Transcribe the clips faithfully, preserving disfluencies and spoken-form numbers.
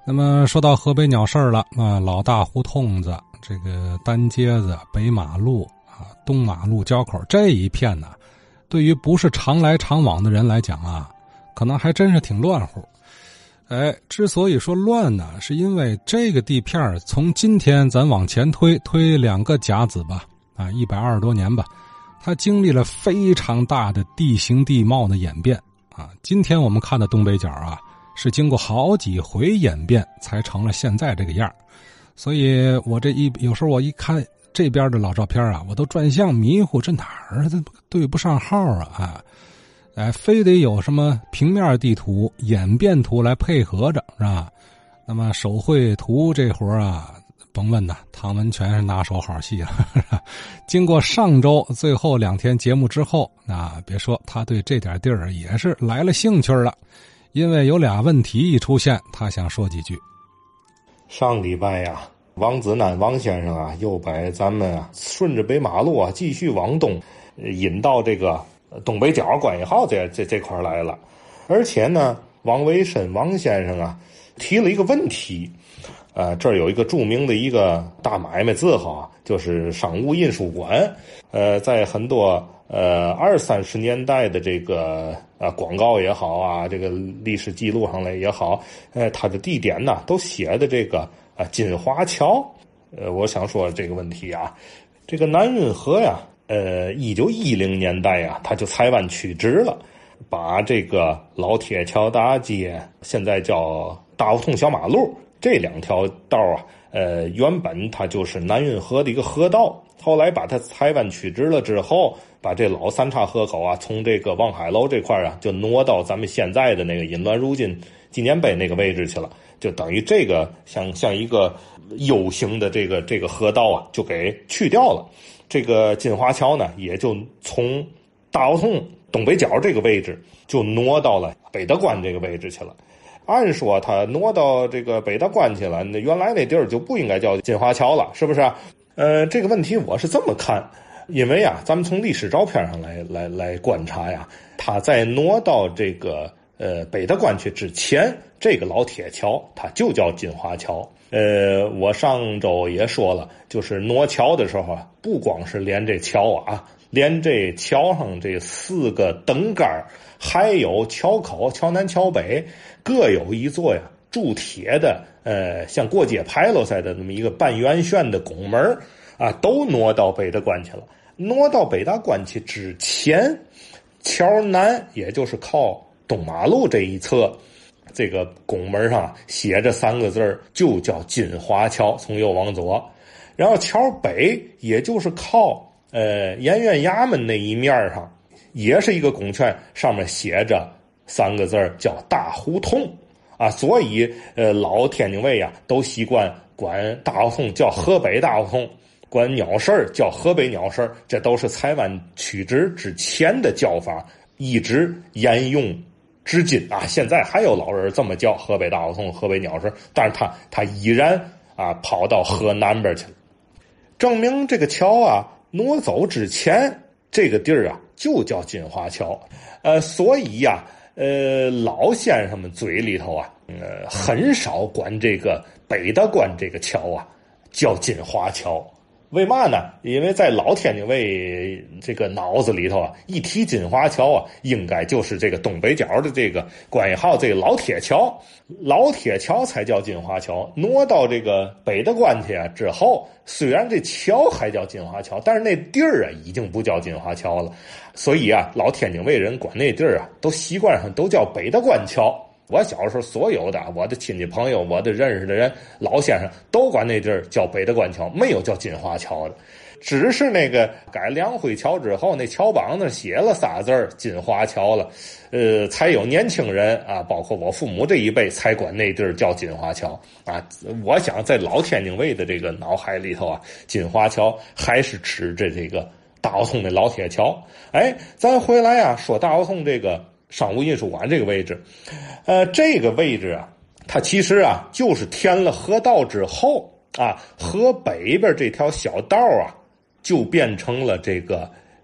那么说到河北鸟市了啊，老大胡同子、这个单街子、北马路啊、东马路交口这一片呢，对于不是常来常往的人来讲啊，可能还真是挺乱乎。哎，之所以说乱呢，是因为这个地片从今天咱往前推推两个甲子吧，啊，一百二十多年吧，它经历了非常大的地形地貌的演变啊。今天我们看的东北角啊，是经过好几回演变才成了现在这个样。所以我这一有时候我一看这边的老照片啊，我都转向迷糊，这哪儿这对不上号啊啊！哎，非得有什么平面地图、演变图来配合着，是吧？那么手绘图这活啊，甭问呐，唐文全是拿手好戏了。经过上周最后两天节目之后，那别说他对这点地儿也是来了兴趣了，因为有俩问题一出现，他想说几句。 上礼拜呀、啊，王子南王先生啊，又把咱们啊顺着北马路啊继续往东，引到这个东北角关系号这这这块来了。而且呢，王维深王先生啊提了一个问题，呃，这儿有一个著名的一个大买卖字号啊，就是商务印书馆。呃，在很多呃二三十年代的这个呃广告也好啊，这个历史记录上来也好，呃，它的地点呢都写的这个啊、呃、金华桥。呃，我想说这个问题啊，这个南运河呀。呃，一九一零年代啊，他就裁弯曲直了，把这个老铁桥大街，现在叫大胡同小马路这两条道啊，呃，原本它就是南运河的一个河道，后来把它裁弯曲直了之后，把这老三岔河口啊，从这个望海楼这块啊，就挪到咱们现在的那个引滦入津纪念碑那个位置去了，就等于这个像像一个 U 型的这个这个河道啊，就给去掉了。这个金华桥呢，也就从大胡同东北角这个位置就挪到了北大关这个位置去了。按说他挪到这个北大关去了，那原来那地儿就不应该叫金华桥了，是不是？呃，这个问题我是这么看，因为啊，咱们从历史照片上来来来观察呀，他在挪到这个呃北大关去之前，这个老铁桥它就叫金华桥。呃，我上周也说了，就是挪桥的时候啊，不光是连这桥啊，连这桥上这四个灯杆，还有桥口、桥南、桥北，各有一座呀铸铁的，呃，像过街牌楼似的那么一个半圆旋的拱门啊，都挪到北大关去了。挪到北大关去之前，桥南也就是靠东马路这一侧。这个拱门上写着三个字，就叫金华桥，从右往左。然后桥北也就是靠呃盐院衙门那一面上，也是一个拱券，上面写着三个字，叫大胡同啊。所以呃老天津卫呀、啊、都习惯管大胡同叫河北大胡同，管鸟市叫河北鸟市，这都是裁弯曲直之前的叫法，一直沿用至今啊，现在还有老人这么叫河北大胡同、河北鸟市，但是他他依然啊跑到河南边去了，证明这个桥啊挪走之前，这个地儿啊就叫金华桥。呃，所以呀、啊，呃，老先生们嘴里头啊，呃，很少管这个北大关这个桥啊叫金华桥。为嘛呢？因为在老天津卫这个脑子里头啊，一提金华桥啊，应该就是这个东北角的这个关系号这个老铁桥，老铁桥才叫金华桥。挪到这个北大关去啊之后，虽然这桥还叫金华桥，但是那地儿啊已经不叫金华桥了。所以啊，老天津卫人管那地儿啊，都习惯上都叫北大关桥。我小时候所有的我的亲戚朋友，我的认识的人，老先生都管那地儿叫北大关桥，没有叫金华桥的。只是那个改梁辉桥之后，那桥榜那写了仨字儿金华桥了，呃，才有年轻人啊，包括我父母这一辈才管那地儿叫金华桥啊。我想在老天津卫的这个脑海里头啊，金华桥还是指着这个大胡同的老铁桥。哎，咱回来啊，说大胡同这个商务印书馆这个位置，呃，这个位置啊，它其实啊，就是填了河道之后啊，河北边这条小道啊，就变成了这个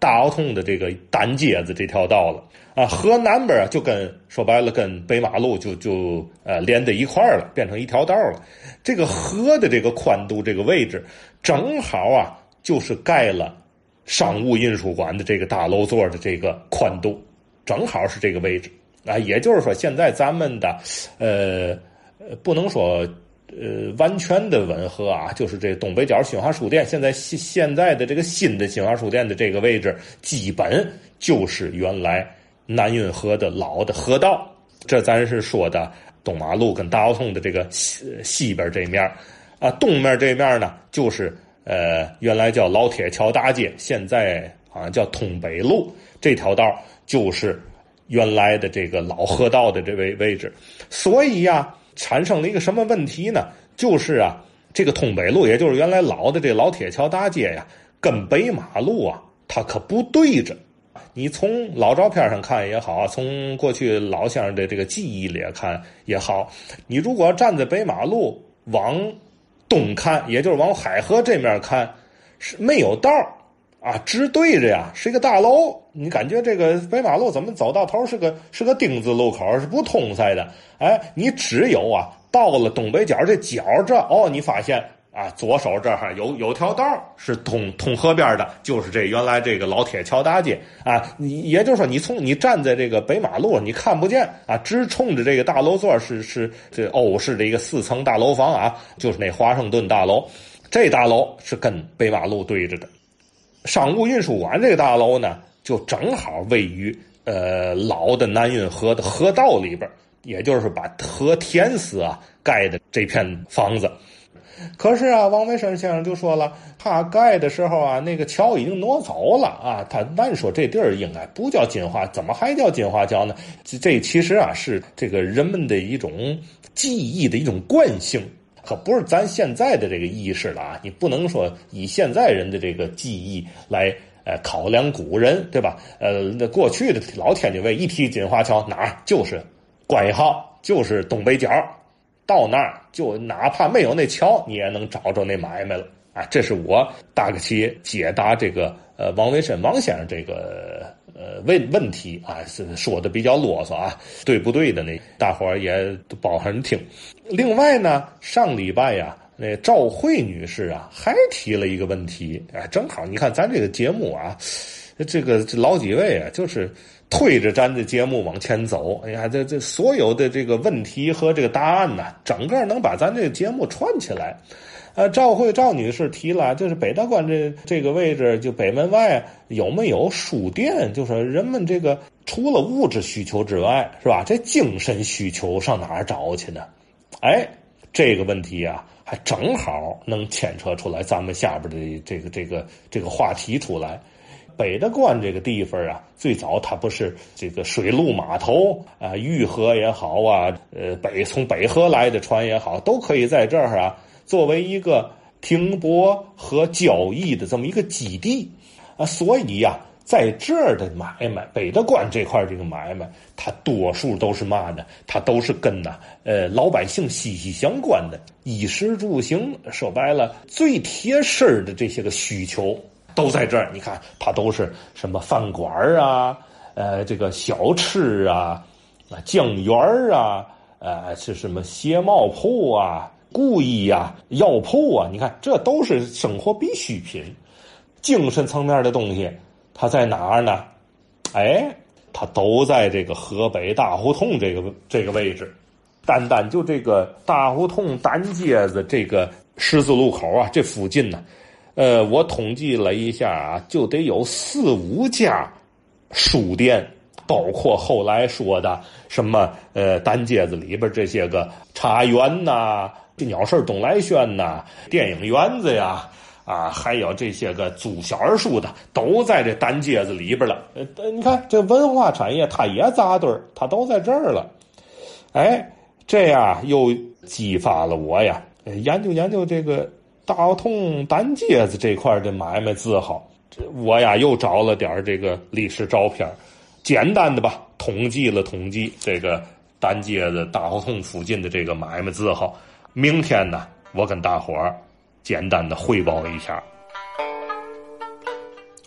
大熬通的这个单街子这条道了啊。河南边啊，就跟说白了跟北马路就就呃连在一块儿了，变成一条道了。这个河的这个宽度这个位置，正好啊就是盖了商务印书馆的这个大楼座的这个宽度，正好是这个位置啊。也就是说，现在咱们的呃不能说。呃，完全的吻合啊，就是这东北角新华书店，现在现现在的这个新的新华书店的这个位置，基本就是原来南运河的老的河道。这咱是说的东马路跟大熬通的这个西西边这面啊，东面这面呢，就是呃原来叫老铁桥大街，现在好像叫通北路，这条道就是原来的这个老河道的这位位置，所以呀、啊。产生了一个什么问题呢？就是啊，这个通北路，也就是原来老的这老铁桥大街呀，跟北马路啊，它可不对着。你从老照片上看也好，从过去老乡的这个记忆里看也好，你如果站在北马路往东看，也就是往海河这面看，是没有道啊，直对着呀，是一个大楼。你感觉这个北马路怎么走到头是个是个丁字路口，是不通塞的。哎，你只有啊到了东北角这角这哦，你发现啊左手这儿有有条道是通通河边的，就是这原来这个老铁桥大街啊。你也就是说，你从你站在这个北马路，你看不见啊，直冲着这个大楼座是是这欧式的一个四层大楼房啊，就是那华盛顿大楼。这大楼是跟北马路对着的。商务印书馆这个大楼呢，就正好位于呃老的南运河的河道里边，也就是把河填死啊盖的这片房子。可是啊，王维生先生就说了，他盖的时候啊，那个桥已经挪走了啊。他按说这地儿应该不叫金华，怎么还叫金华桥呢？这其实啊是这个人们的一种记忆的一种惯性。可不是咱现在的这个意识了啊！你不能说以现在人的这个记忆来呃考量古人，对吧？呃，那过去的老天津卫一提金华桥，哪儿就是关一号，就是东北角，到那儿就哪怕没有那桥，你也能找着那买卖了啊！这是我大概其解答这个呃王维申王先生这个呃问问题啊，是说的比较啰嗦啊，对不对的呢？大伙儿也都包含听。另外呢，上礼拜呀，那赵慧女士啊，还提了一个问题，哎，正好你看咱这个节目啊，这个这老几位啊，就是推着咱的节目往前走。哎呀，这这所有的这个问题和这个答案呢，整个能把咱这个节目串起来。呃，赵慧赵女士提了，就是北大关这这个位置，就北门外有没有书店？就说人们这个除了物质需求之外，是吧？这精神需求上哪儿找去呢？哎，这个问题啊，还正好能牵扯出来咱们下边的这个这个这个话题出来。北大关这个地方啊，最早它不是这个水陆码头啊，运河也好啊，呃，北从北河来的船也好，都可以在这儿啊，作为一个停泊和交易的这么一个基地啊，所以呀、啊。在这儿的买卖，北大关这块这个买卖，它多数都是嘛呢？它都是跟呐呃老百姓息息相关的，衣食住行，说白了最贴身的这些个需求都在这儿。你看，它都是什么饭馆啊，呃，这个小吃啊，啊酱园啊，呃是什么鞋帽铺啊、故衣啊、药铺啊，你看这都是生活必需品，精神层面的东西。它在哪儿呢？哎，它都在这个河北大胡同这个这个位置。单单就这个大胡同单街子这个十字路口啊，这附近呢，呃，我统计了一下啊，就得有四五家书店，包括后来说的什么呃单街子里边这些个茶园呐、鸟市东来轩呐、电影园子呀。啊，还有这些个租小儿书的，都在这单街子里边了。呃，你看这文化产业，它也扎堆儿，它都在这儿了。哎，这样又激发了我呀，研究研究这个大胡同单街子这块的买卖字号。我呀又找了点这个历史照片，简单的吧，统计了统计这个单街子大胡同附近的这个买卖字号。明天呢，我跟大伙儿简单的汇报一下。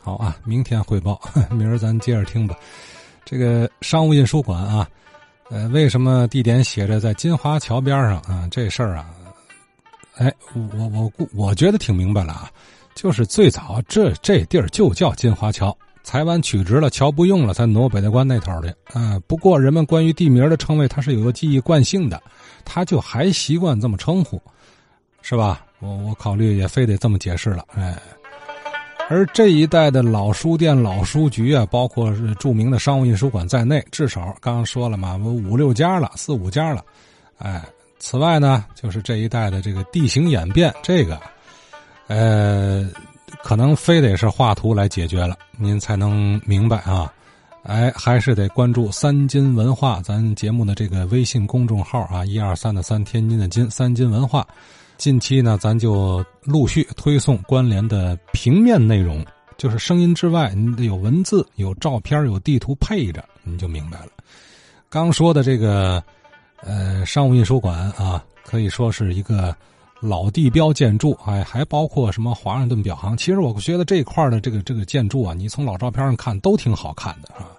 好啊，明天汇报，明儿咱接着听吧。这个商务印书馆啊，呃，为什么地点写着在金华桥边上啊？这事儿啊，哎，我我我觉得挺明白了啊，就是最早这这地儿就叫金华桥，台湾取直了，桥不用了，才挪北大关那头去啊。不过人们关于地名的称谓，它是有个记忆惯性的，他就还习惯这么称呼，是吧？我我考虑也非得这么解释了，哎。而这一带的老书店、老书局啊，包括是著名的商务印书馆在内，至少刚刚说了嘛，我五六家了，四五家了，哎。此外呢，就是这一带的这个地形演变，这个，呃，可能非得是画图来解决了，您才能明白啊。哎，还是得关注三金文化，咱节目的这个微信公众号啊，一二三的三，天津的津，三金文化。近期呢，咱就陆续推送关联的平面内容，就是声音之外，你得有文字、有照片、有地图配着，你就明白了。刚说的这个，呃，商务印书馆啊，可以说是一个老地标建筑，还还包括什么华盛顿表行。其实我觉得这块的这个这个建筑啊，你从老照片上看都挺好看的啊。